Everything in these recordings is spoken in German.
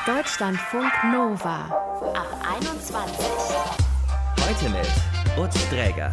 Deutschlandfunk Nova ab 21. Heute mit Utz Dräger.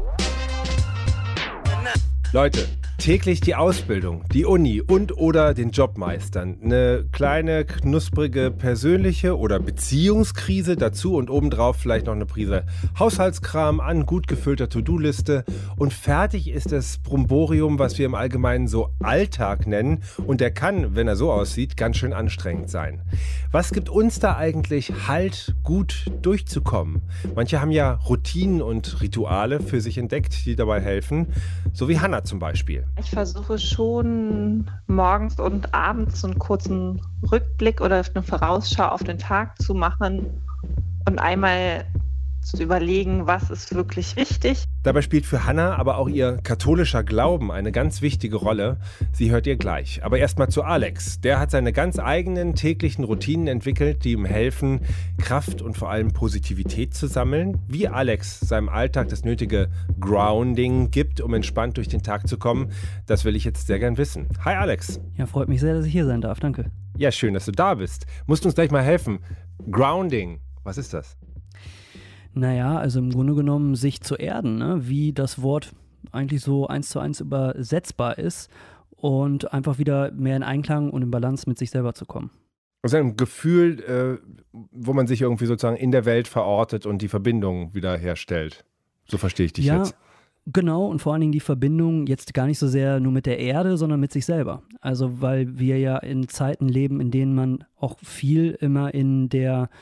Leute, täglich die Ausbildung, die Uni und oder den Job meistern. Eine kleine, knusprige persönliche oder Beziehungskrise dazu und obendrauf vielleicht noch eine Prise Haushaltskram an gut gefüllter To-Do-Liste. Und fertig ist das Bromborium, was wir im Allgemeinen so Alltag nennen. Und der kann, wenn er so aussieht, ganz schön anstrengend sein. Was gibt uns da eigentlich Halt, gut durchzukommen? Manche haben ja Routinen und Rituale für sich entdeckt, die dabei helfen. So wie Hannah zum Beispiel. Ich versuche schon morgens und abends so einen kurzen Rückblick oder eine Vorausschau auf den Tag zu machen und einmal zu überlegen, was ist wirklich wichtig. Dabei spielt für Hannah aber auch ihr katholischer Glauben eine ganz wichtige Rolle. Sie hört ihr gleich. Aber erstmal zu Alex. Der hat seine ganz eigenen täglichen Routinen entwickelt, die ihm helfen, Kraft und vor allem Positivität zu sammeln. Wie Alex seinem Alltag das nötige Grounding gibt, um entspannt durch den Tag zu kommen, das will ich jetzt sehr gern wissen. Hi Alex. Ja, freut mich sehr, dass ich hier sein darf. Danke. Ja, schön, dass du da bist. Musst uns gleich mal helfen. Grounding, was ist das? Naja, also im Grunde genommen sich zu erden, ne? Wie das Wort eigentlich so 1:1 übersetzbar ist und einfach wieder mehr in Einklang und in Balance mit sich selber zu kommen. Also ein Gefühl, wo man sich irgendwie sozusagen in der Welt verortet und die Verbindung wieder herstellt. So verstehe ich dich jetzt. Genau, und vor allen Dingen die Verbindung jetzt gar nicht so sehr nur mit der Erde, sondern mit sich selber. Also weil wir ja in Zeiten leben, in denen man auch viel immer in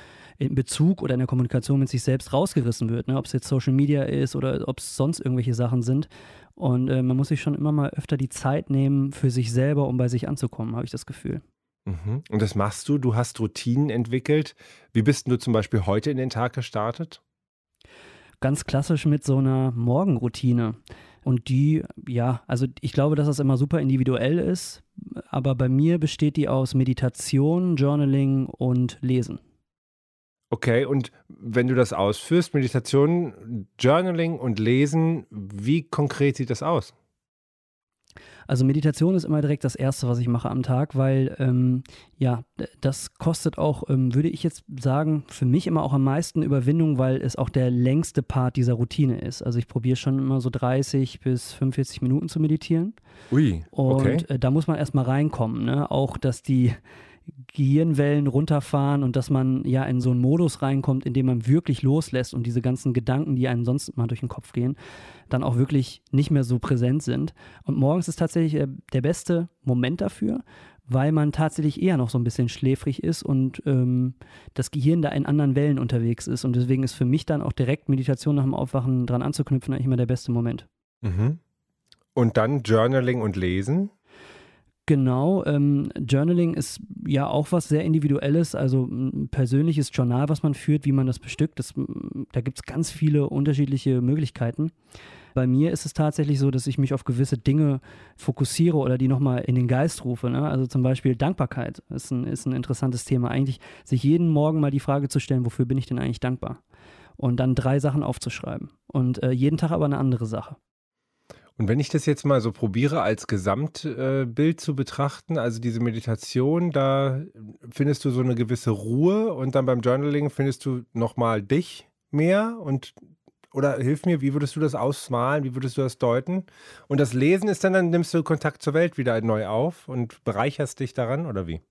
Bezug oder in der Kommunikation mit sich selbst rausgerissen wird, ne? Ob es jetzt Social Media ist oder ob es sonst irgendwelche Sachen sind. Und man muss sich schon immer mal öfter die Zeit nehmen für sich selber, um bei sich anzukommen, habe ich das Gefühl. Mhm. Und das machst du? Du hast Routinen entwickelt. Wie bist denn du zum Beispiel heute in den Tag gestartet? Ganz klassisch mit so einer Morgenroutine. Und die, ja, also ich glaube, dass das immer super individuell ist, aber bei mir besteht die aus Meditation, Journaling und Lesen. Okay, und wenn du das ausführst, Meditation, Journaling und Lesen, wie konkret sieht das aus? Also Meditation ist immer direkt das Erste, was ich mache am Tag, weil das kostet auch, würde ich jetzt sagen, für mich immer auch am meisten Überwindung, weil es auch der längste Part dieser Routine ist. Also ich probiere schon immer so 30 bis 45 Minuten zu meditieren. Ui, okay. Und da muss man erstmal reinkommen, ne? Auch, dass die Gehirnwellen runterfahren und dass man ja in so einen Modus reinkommt, in dem man wirklich loslässt und diese ganzen Gedanken, die einem sonst mal durch den Kopf gehen, dann auch wirklich nicht mehr so präsent sind. Und morgens ist tatsächlich der beste Moment dafür, weil man tatsächlich eher noch so ein bisschen schläfrig ist und das Gehirn da in anderen Wellen unterwegs ist. Und deswegen ist für mich dann auch direkt Meditation nach dem Aufwachen dran anzuknüpfen eigentlich immer der beste Moment. Mhm. Und dann Journaling und Lesen? Genau, Journaling ist ja auch was sehr Individuelles, also ein persönliches Journal, was man führt, wie man das bestückt. Da gibt es ganz viele unterschiedliche Möglichkeiten. Bei mir ist es tatsächlich so, dass ich mich auf gewisse Dinge fokussiere oder die nochmal in den Geist rufe, ne? Also zum Beispiel Dankbarkeit ist ein interessantes Thema. Eigentlich sich jeden Morgen mal die Frage zu stellen, wofür bin ich denn eigentlich dankbar? Und dann 3 Sachen aufzuschreiben und jeden Tag aber eine andere Sache. Und wenn ich das jetzt mal so probiere, als Gesamtbild zu betrachten, also diese Meditation, da findest du so eine gewisse Ruhe und dann beim Journaling findest du nochmal dich mehr oder hilf mir, wie würdest du das ausmalen, wie würdest du das deuten? Und das Lesen ist dann nimmst du Kontakt zur Welt wieder neu auf und bereicherst dich daran oder wie?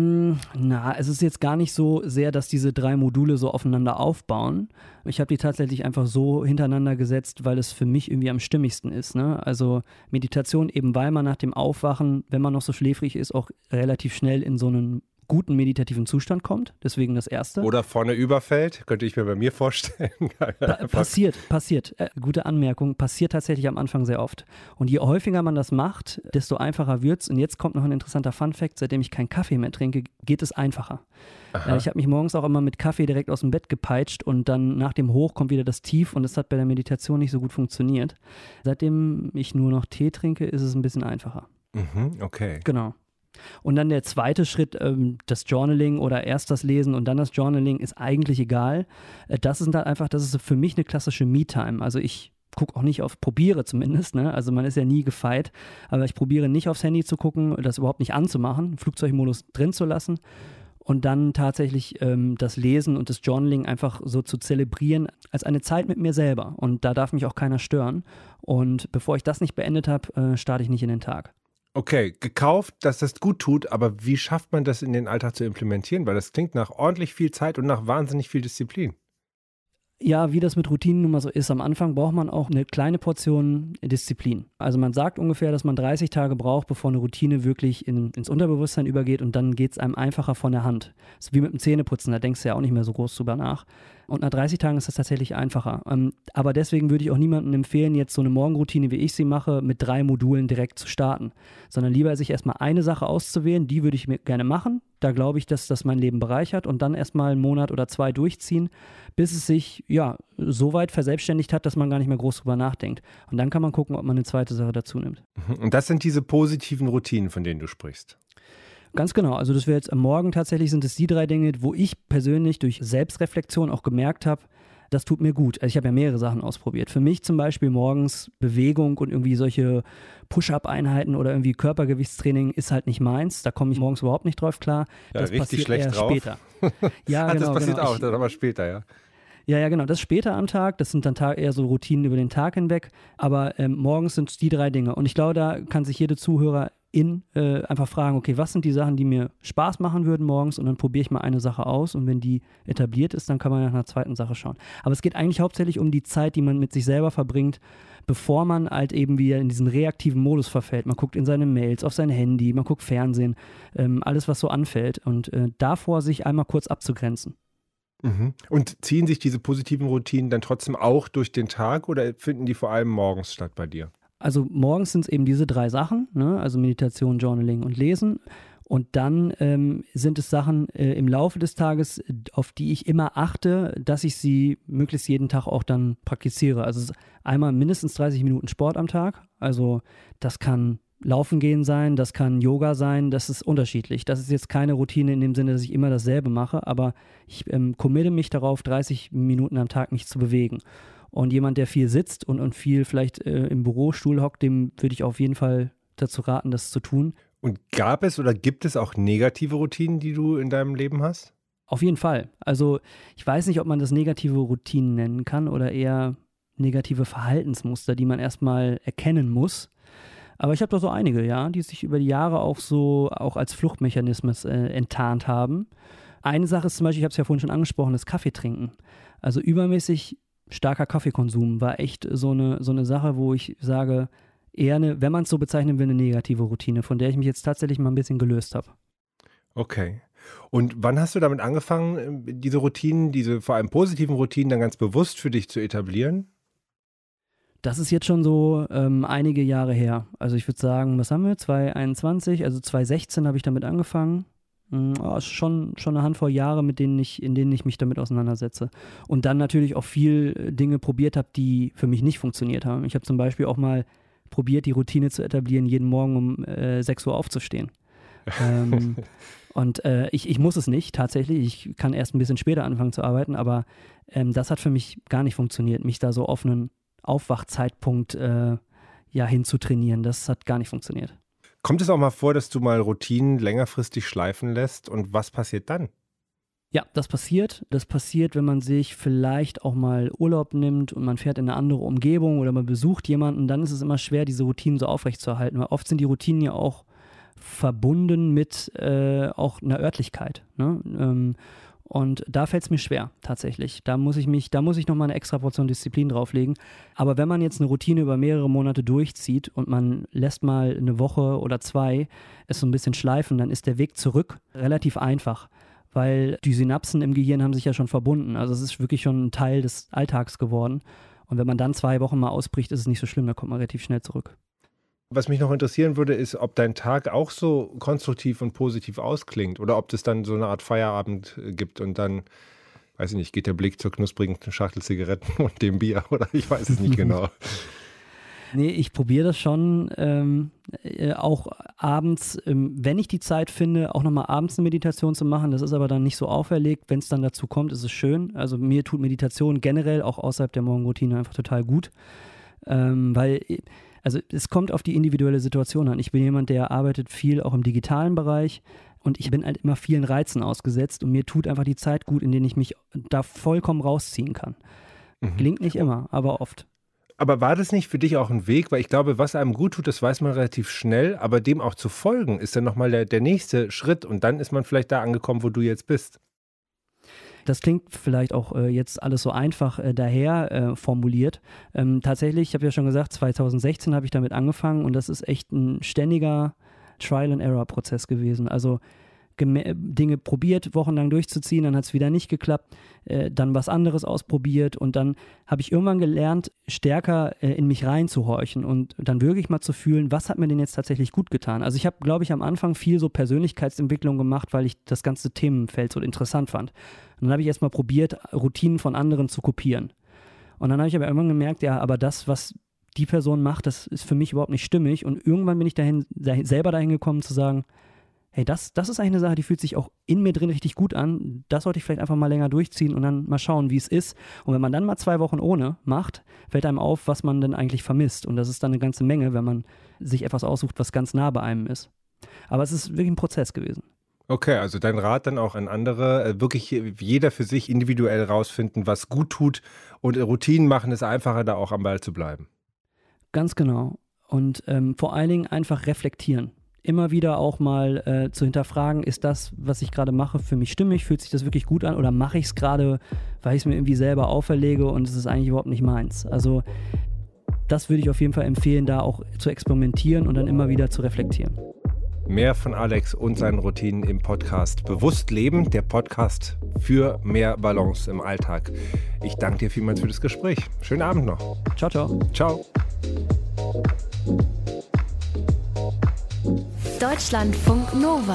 Es ist jetzt gar nicht so sehr, dass diese 3 Module so aufeinander aufbauen. Ich habe die tatsächlich einfach so hintereinander gesetzt, weil es für mich irgendwie am stimmigsten ist, ne? Also Meditation eben, weil man nach dem Aufwachen, wenn man noch so schläfrig ist, auch relativ schnell in so einen guten meditativen Zustand kommt. Deswegen das Erste. Oder vorne überfällt, könnte ich mir bei mir vorstellen. Passiert. Gute Anmerkung. Passiert tatsächlich am Anfang sehr oft. Und je häufiger man das macht, desto einfacher wird's. Und jetzt kommt noch ein interessanter Funfact. Seitdem ich keinen Kaffee mehr trinke, geht es einfacher. Ich habe mich morgens auch immer mit Kaffee direkt aus dem Bett gepeitscht und dann nach dem Hoch kommt wieder das Tief und das hat bei der Meditation nicht so gut funktioniert. Seitdem ich nur noch Tee trinke, ist es ein bisschen einfacher. Mhm, okay. Genau. Und dann der zweite Schritt, das Journaling oder erst das Lesen und dann das Journaling ist eigentlich egal. Das ist für mich eine klassische Me-Time. Also ich gucke auch nicht probiere zumindest, ne? Also man ist ja nie gefeit, aber ich probiere nicht aufs Handy zu gucken, das überhaupt nicht anzumachen, Flugzeugmodus drin zu lassen und dann tatsächlich das Lesen und das Journaling einfach so zu zelebrieren als eine Zeit mit mir selber. Und da darf mich auch keiner stören. Und bevor ich das nicht beendet habe, starte ich nicht in den Tag. Okay, gekauft, dass das gut tut, aber wie schafft man das in den Alltag zu implementieren? Weil das klingt nach ordentlich viel Zeit und nach wahnsinnig viel Disziplin. Ja, wie das mit Routinen nun mal so ist, am Anfang braucht man auch eine kleine Portion Disziplin. Also man sagt ungefähr, dass man 30 Tage braucht, bevor eine Routine wirklich ins Unterbewusstsein übergeht und dann geht es einem einfacher von der Hand. Das ist wie mit dem Zähneputzen, da denkst du ja auch nicht mehr so groß drüber nach. Und nach 30 Tagen ist das tatsächlich einfacher. Aber deswegen würde ich auch niemandem empfehlen, jetzt so eine Morgenroutine, wie ich sie mache, mit 3 Modulen direkt zu starten. Sondern lieber sich erstmal eine Sache auszuwählen, die würde ich mir gerne machen. Da glaube ich, dass das mein Leben bereichert und dann erstmal einen Monat oder 2 durchziehen, bis es sich so weit verselbstständigt hat, dass man gar nicht mehr groß drüber nachdenkt. Und dann kann man gucken, ob man eine zweite Sache dazu nimmt. Und das sind diese positiven Routinen, von denen du sprichst. Ganz genau, also das wäre jetzt am Morgen tatsächlich, sind es die 3 Dinge, wo ich persönlich durch Selbstreflexion auch gemerkt habe, das tut mir gut. Also ich habe ja mehrere Sachen ausprobiert. Für mich zum Beispiel morgens Bewegung und irgendwie solche Push-Up-Einheiten oder irgendwie Körpergewichtstraining ist halt nicht meins. Da komme ich morgens überhaupt nicht drauf klar. Ja, das richtig passiert schlecht eher drauf. Später. Ja, Das genau, passiert genau. auch, dann aber später, ja. Ja, genau. Das ist später am Tag. Das sind dann eher so Routinen über den Tag hinweg. Aber morgens sind es die 3 Dinge. Und ich glaube, da kann sich jede Zuhörerin einfach fragen, okay, was sind die Sachen, die mir Spaß machen würden morgens? Und dann probiere ich mal eine Sache aus. Und wenn die etabliert ist, dann kann man nach einer zweiten Sache schauen. Aber es geht eigentlich hauptsächlich um die Zeit, die man mit sich selber verbringt, bevor man halt eben wieder in diesen reaktiven Modus verfällt. Man guckt in seine Mails, auf sein Handy, man guckt Fernsehen, alles, was so anfällt. Und davor sich einmal kurz abzugrenzen. Mhm. Und ziehen sich diese positiven Routinen dann trotzdem auch durch den Tag oder finden die vor allem morgens statt bei dir? Also morgens sind es eben diese 3 Sachen, ne? Also Meditation, Journaling und Lesen. Und dann sind es Sachen im Laufe des Tages, auf die ich immer achte, dass ich sie möglichst jeden Tag auch dann praktiziere. Also einmal mindestens 30 Minuten Sport am Tag. Also das kann Laufen gehen sein, das kann Yoga sein, das ist unterschiedlich. Das ist jetzt keine Routine in dem Sinne, dass ich immer dasselbe mache, aber ich committe mich darauf, 30 Minuten am Tag mich zu bewegen. Und jemand, der viel sitzt und viel vielleicht im Bürostuhl hockt, dem würde ich auf jeden Fall dazu raten, das zu tun. Und gab es oder gibt es auch negative Routinen, die du in deinem Leben hast? Auf jeden Fall. Also ich weiß nicht, ob man das negative Routinen nennen kann oder eher negative Verhaltensmuster, die man erstmal erkennen muss. Aber ich habe doch so einige, ja, die sich über die Jahre auch als Fluchtmechanismus enttarnt haben. Eine Sache ist zum Beispiel, ich habe es ja vorhin schon angesprochen, das Kaffeetrinken. Also übermäßig starker Kaffeekonsum war echt so eine Sache, wo ich sage, eher wenn man es so bezeichnen will, eine negative Routine, von der ich mich jetzt tatsächlich mal ein bisschen gelöst habe. Okay. Und wann hast du damit angefangen, diese Routinen, diese vor allem positiven Routinen dann ganz bewusst für dich zu etablieren? Das ist jetzt schon so einige Jahre her. Also ich würde sagen, was haben wir? 2021, also 2016 habe ich damit angefangen. Schon eine Handvoll Jahre, in denen ich mich damit auseinandersetze. Und dann natürlich auch viel Dinge probiert habe, die für mich nicht funktioniert haben. Ich habe zum Beispiel auch mal probiert, die Routine zu etablieren, jeden Morgen um 6 Uhr aufzustehen. Und ich muss es nicht, tatsächlich. Ich kann erst ein bisschen später anfangen zu arbeiten, aber das hat für mich gar nicht funktioniert, mich da so auf einen Aufwachzeitpunkt hin zu trainieren. Das hat gar nicht funktioniert. Kommt es auch mal vor, dass du mal Routinen längerfristig schleifen lässt und was passiert dann? Ja, das passiert. Das passiert, wenn man sich vielleicht auch mal Urlaub nimmt und man fährt in eine andere Umgebung oder man besucht jemanden, dann ist es immer schwer, diese Routinen so aufrechtzuerhalten, weil oft sind die Routinen ja auch verbunden mit auch einer Örtlichkeit, ne? Und da fällt es mir schwer, tatsächlich. Da muss ich nochmal eine extra Portion Disziplin drauflegen. Aber wenn man jetzt eine Routine über mehrere Monate durchzieht und man lässt mal eine Woche oder 2 es so ein bisschen schleifen, dann ist der Weg zurück relativ einfach, weil die Synapsen im Gehirn haben sich ja schon verbunden. Also es ist wirklich schon ein Teil des Alltags geworden. Und wenn man dann 2 Wochen mal ausbricht, ist es nicht so schlimm, da kommt man relativ schnell zurück. Was mich noch interessieren würde, ist, ob dein Tag auch so konstruktiv und positiv ausklingt oder ob es dann so eine Art Feierabend gibt und dann, weiß ich nicht, geht der Blick zur knusprigen Schachtel Zigaretten und dem Bier oder ich weiß es nicht genau. Nee, ich probiere das schon, auch abends, wenn ich die Zeit finde, auch nochmal abends eine Meditation zu machen. Das ist aber dann nicht so auferlegt. Wenn es dann dazu kommt, ist es schön. Also mir tut Meditation generell auch außerhalb der Morgenroutine einfach total gut, weil es kommt auf die individuelle Situation an. Ich bin jemand, der arbeitet viel auch im digitalen Bereich Und ich bin halt immer vielen Reizen ausgesetzt und mir tut einfach die Zeit gut, in denen ich mich da vollkommen rausziehen kann. Gelingt nicht immer, aber oft. Aber war das nicht für dich auch ein Weg? Weil ich glaube, was einem gut tut, das weiß man relativ schnell, aber dem auch zu folgen, ist dann nochmal der nächste Schritt und dann ist man vielleicht da angekommen, wo du jetzt bist. Das klingt vielleicht auch jetzt alles so einfach daher formuliert. Tatsächlich, ich habe ja schon gesagt, 2016 habe ich damit angefangen und das ist echt ein ständiger Trial-and-Error-Prozess gewesen. Also Dinge probiert, wochenlang durchzuziehen, dann hat es wieder nicht geklappt, dann was anderes ausprobiert und dann habe ich irgendwann gelernt, stärker in mich reinzuhorchen und dann wirklich mal zu fühlen, was hat mir denn jetzt tatsächlich gut getan. Also ich habe, glaube ich, am Anfang viel so Persönlichkeitsentwicklung gemacht, weil ich das ganze Themenfeld so interessant fand. Und dann habe ich erstmal probiert, Routinen von anderen zu kopieren. Und dann habe ich aber irgendwann gemerkt, ja, aber das, was die Person macht, das ist für mich überhaupt nicht stimmig und irgendwann bin ich selber dahin gekommen zu sagen, hey, das ist eigentlich eine Sache, die fühlt sich auch in mir drin richtig gut an. Das sollte ich vielleicht einfach mal länger durchziehen und dann mal schauen, wie es ist. Und wenn man dann mal 2 Wochen ohne macht, fällt einem auf, was man denn eigentlich vermisst. Und das ist dann eine ganze Menge, wenn man sich etwas aussucht, was ganz nah bei einem ist. Aber es ist wirklich ein Prozess gewesen. Okay, also dein Rat dann auch an andere, wirklich jeder für sich individuell rausfinden, was gut tut und Routinen machen es einfacher, da auch am Ball zu bleiben. Ganz genau. Und vor allen Dingen einfach reflektieren. Immer wieder auch mal zu hinterfragen, ist das, was ich gerade mache, für mich stimmig? Fühlt sich das wirklich gut an? Oder mache ich es gerade, weil ich es mir irgendwie selber auferlege und es ist eigentlich überhaupt nicht meins? Also das würde ich auf jeden Fall empfehlen, da auch zu experimentieren und dann immer wieder zu reflektieren. Mehr von Alex und seinen Routinen im Podcast Bewusst Leben, der Podcast für mehr Balance im Alltag. Ich danke dir vielmals für das Gespräch. Schönen Abend noch. Ciao, ciao. Ciao. Deutschlandfunk Nova.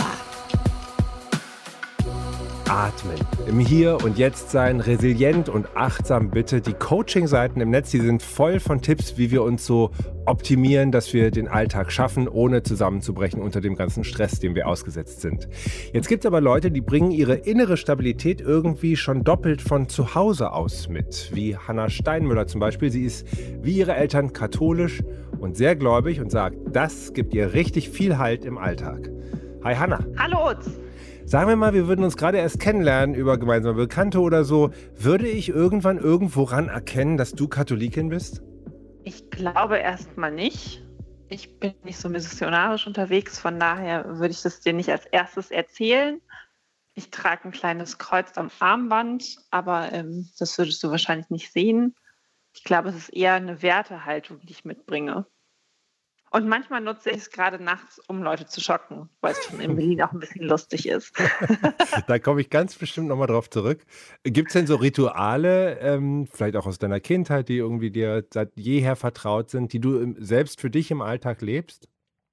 Atmen, im Hier und Jetzt sein, resilient und achtsam bitte. Die Coaching-Seiten im Netz, die sind voll von Tipps, wie wir uns so optimieren, dass wir den Alltag schaffen, ohne zusammenzubrechen unter dem ganzen Stress, dem wir ausgesetzt sind. Jetzt gibt es aber Leute, die bringen ihre innere Stabilität irgendwie schon doppelt von zu Hause aus mit. Wie Hanna Steinmüller zum Beispiel. Sie ist wie ihre Eltern katholisch und sehr gläubig und sagt, das gibt ihr richtig viel Halt im Alltag. Hi Hanna. Hallo Utz. Sagen wir mal, wir würden uns gerade erst kennenlernen über gemeinsame Bekannte oder so. Würde ich irgendwann irgendworan erkennen, dass du Katholikin bist? Ich glaube erstmal nicht. Ich bin nicht so missionarisch unterwegs, von daher würde ich das dir nicht als erstes erzählen. Ich trage ein kleines Kreuz am Armband, aber das würdest du wahrscheinlich nicht sehen. Ich glaube, es ist eher eine Wertehaltung, die ich mitbringe. Und manchmal nutze ich es gerade nachts, um Leute zu schocken, weil es schon in Berlin auch ein bisschen lustig ist. Da komme ich ganz bestimmt nochmal drauf zurück. Gibt es denn so Rituale, vielleicht auch aus deiner Kindheit, die irgendwie dir seit jeher vertraut sind, die du selbst für dich im Alltag lebst?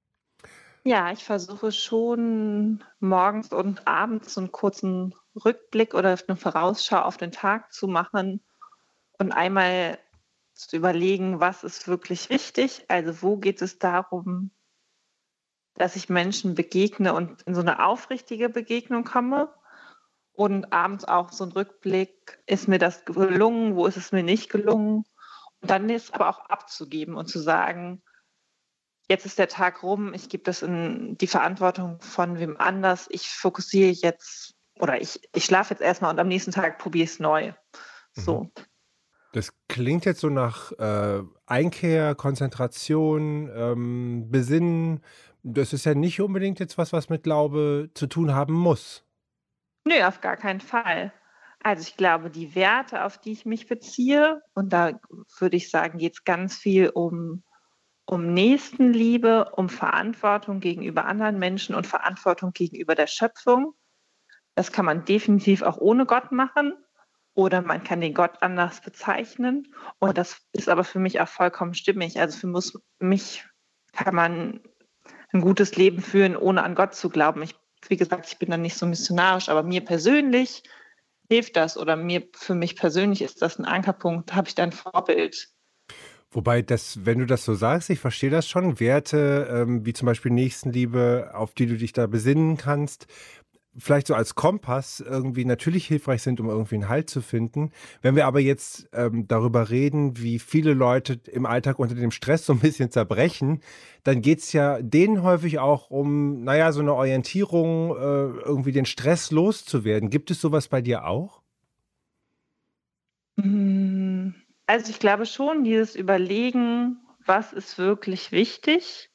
Ja, ich versuche schon morgens und abends einen kurzen Rückblick oder eine Vorausschau auf den Tag zu machen und einmal zu überlegen, was ist wirklich wichtig, also wo geht es darum, dass ich Menschen begegne und in so eine aufrichtige Begegnung komme und abends auch so ein Rückblick, ist mir das gelungen, wo ist es mir nicht gelungen und dann ist aber auch abzugeben und zu sagen, jetzt ist der Tag rum, ich gebe das in die Verantwortung von wem anders, ich fokussiere jetzt oder ich schlafe jetzt erstmal und am nächsten Tag probiere ich es neu. So. Das klingt jetzt so nach Einkehr, Konzentration, Besinnen. Das ist ja nicht unbedingt jetzt was mit Glaube zu tun haben muss. Nö, auf gar keinen Fall. Also ich glaube, die Werte, auf die ich mich beziehe, und da würde ich sagen, geht es ganz viel um Nächstenliebe, um Verantwortung gegenüber anderen Menschen und Verantwortung gegenüber der Schöpfung. Das kann man definitiv auch ohne Gott machen. Oder man kann den Gott anders bezeichnen. Und das ist aber für mich auch vollkommen stimmig. Also für mich kann man ein gutes Leben führen, ohne an Gott zu glauben. Wie gesagt, ich bin dann nicht so missionarisch, aber mir persönlich hilft das. Oder für mich persönlich ist das ein Ankerpunkt, habe ich da ein Vorbild. Wobei, wenn du das so sagst, ich verstehe das schon, Werte wie zum Beispiel Nächstenliebe, auf die du dich da besinnen kannst. vielleicht so als Kompass irgendwie natürlich hilfreich sind, um irgendwie einen Halt zu finden. Wenn wir aber jetzt darüber reden, wie viele Leute im Alltag unter dem Stress so ein bisschen zerbrechen, dann geht es ja denen häufig auch um, naja, so eine Orientierung, irgendwie den Stress loszuwerden. Gibt es sowas bei dir auch? Also ich glaube schon, dieses Überlegen, was ist wirklich wichtig,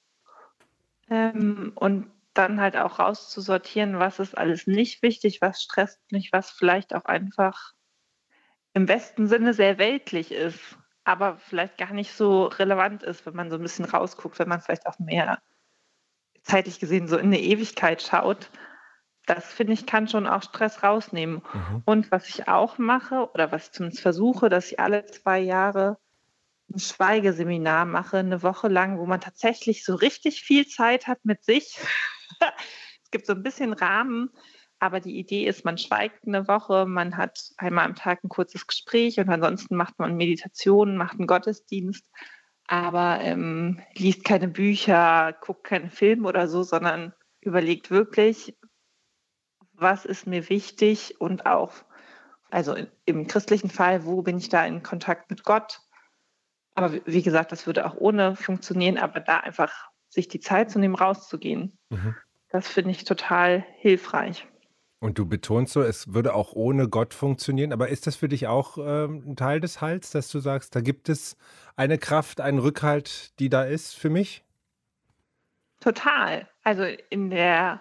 und dann halt auch rauszusortieren, was ist alles nicht wichtig, was stresst mich, was vielleicht auch einfach im besten Sinne sehr weltlich ist, aber vielleicht gar nicht so relevant ist, wenn man so ein bisschen rausguckt, wenn man vielleicht auch mehr zeitlich gesehen so in eine Ewigkeit schaut. Das, finde ich, kann schon auch Stress rausnehmen. Und was ich auch mache, oder was ich zumindest versuche, dass ich alle 2 Jahre ein Schweigeseminar mache, eine Woche lang, wo man tatsächlich so richtig viel Zeit hat mit sich. Es gibt so ein bisschen Rahmen, aber die Idee ist, man schweigt eine Woche, man hat einmal am Tag ein kurzes Gespräch und ansonsten macht man Meditationen, macht einen Gottesdienst, aber liest keine Bücher, guckt keinen Film oder so, sondern überlegt wirklich, was ist mir wichtig und auch, also im christlichen Fall, wo bin ich da in Kontakt mit Gott? Aber wie gesagt, das würde auch ohne funktionieren, aber da einfach sich die Zeit zu nehmen, rauszugehen, das finde ich total hilfreich. Und du betonst so, es würde auch ohne Gott funktionieren, aber ist das für dich auch ein Teil des Heils, dass du sagst, da gibt es eine Kraft, einen Rückhalt, die da ist für mich? Total. Also in der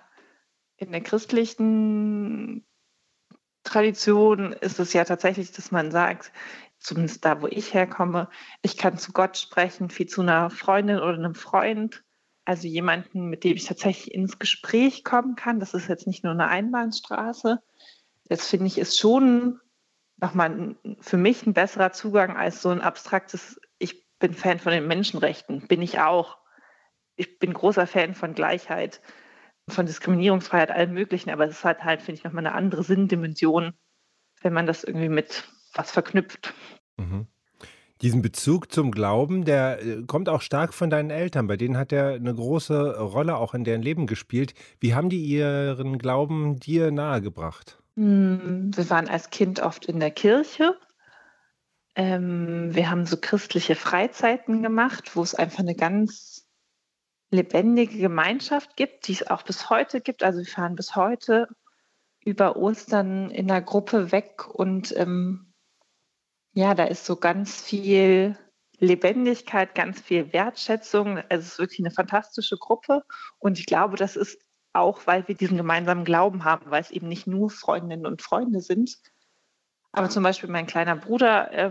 christlichen Tradition ist es ja tatsächlich, dass man sagt, zumindest da, wo ich herkomme, ich kann zu Gott sprechen, wie zu einer Freundin oder einem Freund. Also jemanden, mit dem ich tatsächlich ins Gespräch kommen kann. Das ist jetzt nicht nur eine Einbahnstraße. Das finde ich ist schon nochmal für mich ein besserer Zugang als so ein abstraktes, ich bin Fan von den Menschenrechten. Bin ich auch. Ich bin großer Fan von Gleichheit, von Diskriminierungsfreiheit, allem Möglichen. Aber es hat halt, finde ich, nochmal eine andere Sinndimension, wenn man das irgendwie mit was verknüpft. Diesen Bezug zum Glauben, der kommt auch stark von deinen Eltern. Bei denen hat er eine große Rolle auch in deren Leben gespielt. Wie haben die ihren Glauben dir nahegebracht? Wir waren als Kind oft in der Kirche. Wir haben so christliche Freizeiten gemacht, wo es einfach eine ganz lebendige Gemeinschaft gibt, die es auch bis heute gibt. Also wir fahren bis heute über Ostern in einer Gruppe weg und ja, da ist so ganz viel Lebendigkeit, ganz viel Wertschätzung. Also es ist wirklich eine fantastische Gruppe. Und ich glaube, das ist auch, weil wir diesen gemeinsamen Glauben haben, weil es eben nicht nur Freundinnen und Freunde sind. Aber zum Beispiel mein kleiner Bruder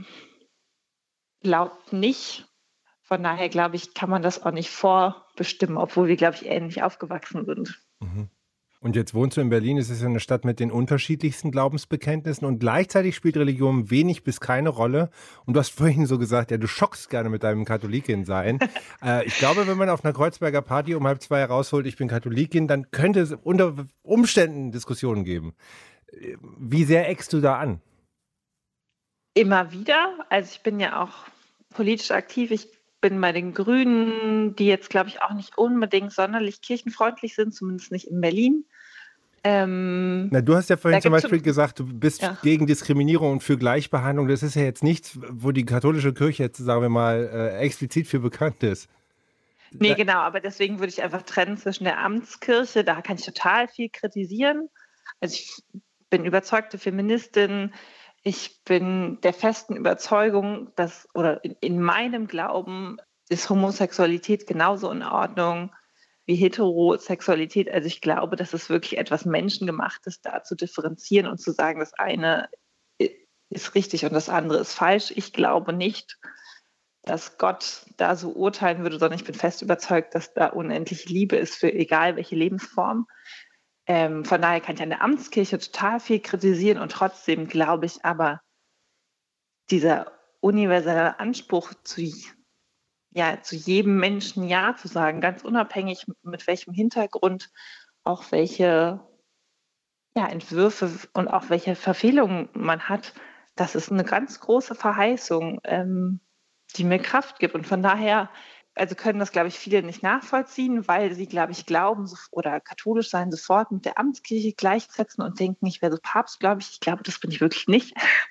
glaubt nicht. Von daher, glaube ich, kann man das auch nicht vorbestimmen, obwohl wir, glaube ich, ähnlich aufgewachsen sind. Und jetzt wohnst du in Berlin, es ist ja eine Stadt mit den unterschiedlichsten Glaubensbekenntnissen und gleichzeitig spielt Religion wenig bis keine Rolle. Und du hast vorhin so gesagt, ja, du schockst gerne mit deinem Katholikin-Sein. Ich glaube, wenn man auf einer Kreuzberger Party um 1:30 herausholt, ich bin Katholikin, dann könnte es unter Umständen Diskussionen geben. Wie sehr eckst du da an? Immer wieder. Also ich bin ja auch politisch aktiv. Ich bin bei den Grünen, die jetzt, glaube ich, auch nicht unbedingt sonderlich kirchenfreundlich sind, zumindest nicht in Berlin. Na, du hast ja vorhin zum Beispiel gesagt, du bist gegen Diskriminierung und für Gleichbehandlung. Das ist ja jetzt nichts, wo die katholische Kirche jetzt, sagen wir mal, explizit für bekannt ist. Nee, genau, aber deswegen würde ich einfach trennen zwischen der Amtskirche, da kann ich total viel kritisieren. Also ich bin überzeugte Feministin, ich bin der festen Überzeugung, dass, oder in meinem Glauben ist Homosexualität genauso in Ordnung wie Heterosexualität. Also ich glaube, das ist wirklich etwas Menschengemachtes, da zu differenzieren und zu sagen, das eine ist richtig und das andere ist falsch. Ich glaube nicht, dass Gott da so urteilen würde, sondern ich bin fest überzeugt, dass da unendliche Liebe ist für egal welche Lebensform. Von daher kann ich an der Amtskirche total viel kritisieren und trotzdem glaube ich aber, dieser universelle Anspruch zu jedem Menschen Ja zu sagen, ganz unabhängig mit welchem Hintergrund, auch welche Entwürfe und auch welche Verfehlungen man hat, das ist eine ganz große Verheißung, die mir Kraft gibt. Und von daher also können das, glaube ich, viele nicht nachvollziehen, weil sie, glaube ich, glauben oder katholisch sein sofort mit der Amtskirche gleichsetzen und denken, ich wäre so Papst, glaube ich. Ich glaube, das bin ich wirklich nicht.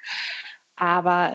Aber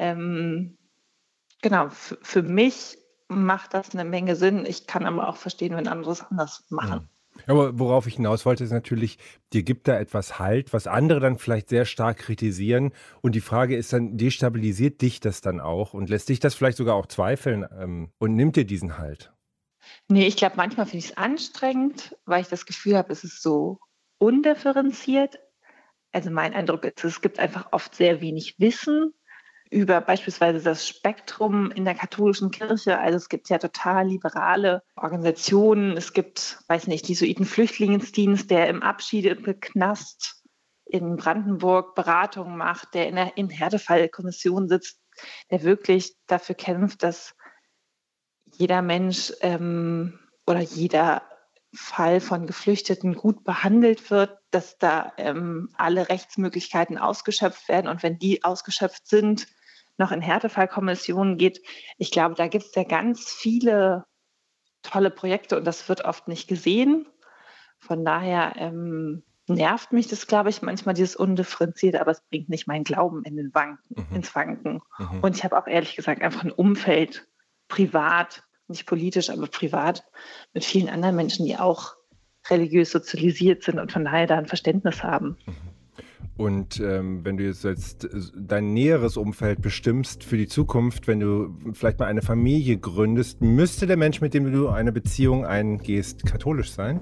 genau, für mich macht das eine Menge Sinn. Ich kann aber auch verstehen, wenn andere es anders machen. Aber worauf ich hinaus wollte, ist natürlich, dir gibt da etwas Halt, was andere dann vielleicht sehr stark kritisieren. Und die Frage ist dann, destabilisiert dich das dann auch und lässt dich das vielleicht sogar auch zweifeln und nimmt dir diesen Halt? Nee, ich glaube, manchmal finde ich es anstrengend, weil ich das Gefühl habe, es ist so undifferenziert. Also mein Eindruck ist, es gibt einfach oft sehr wenig Wissen über beispielsweise das Spektrum in der katholischen Kirche. Also es gibt ja total liberale Organisationen. Es gibt, weiß nicht, Jesuiten-Flüchtlingsdienst, der im Abschiedeknast in Brandenburg Beratungen macht, der in Härtefallkommissionen sitzt, der wirklich dafür kämpft, dass jeder Mensch oder jeder Fall von Geflüchteten gut behandelt wird, dass da alle Rechtsmöglichkeiten ausgeschöpft werden und wenn die ausgeschöpft sind, noch in Härtefallkommissionen geht. Ich glaube, da gibt es ja ganz viele tolle Projekte und das wird oft nicht gesehen. Von daher nervt mich das, glaube ich, manchmal dieses Undifferenzierte, aber es bringt nicht meinen Glauben ins Wanken. Und ich habe auch ehrlich gesagt einfach ein Umfeld, privat, nicht politisch, aber privat, mit vielen anderen Menschen, die auch religiös sozialisiert sind und von daher da ein Verständnis haben. Und wenn du jetzt dein näheres Umfeld bestimmst für die Zukunft, wenn du vielleicht mal eine Familie gründest, müsste der Mensch, mit dem du eine Beziehung eingehst, katholisch sein?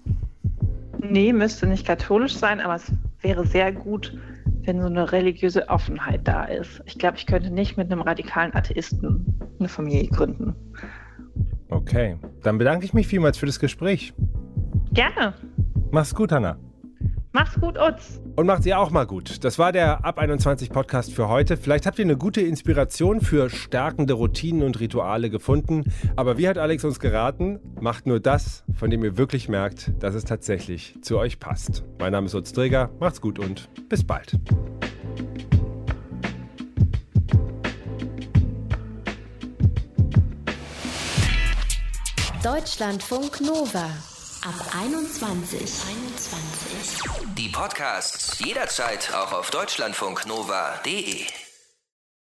Nee, müsste nicht katholisch sein, aber es wäre sehr gut, wenn so eine religiöse Offenheit da ist. Ich glaube, ich könnte nicht mit einem radikalen Atheisten eine Familie gründen. Okay, dann bedanke ich mich vielmals für das Gespräch. Gerne. Mach's gut, Hanna. Mach's gut, Utz. Und macht's ihr auch mal gut. Das war der Ab 21 Podcast für heute. Vielleicht habt ihr eine gute Inspiration für stärkende Routinen und Rituale gefunden. Aber wie hat Alex uns geraten? Macht nur das, von dem ihr wirklich merkt, dass es tatsächlich zu euch passt. Mein Name ist Utz Dreger. Macht's gut und bis bald. Deutschlandfunk Nova. Ab 21. Die Podcasts jederzeit auch auf deutschlandfunknova.de.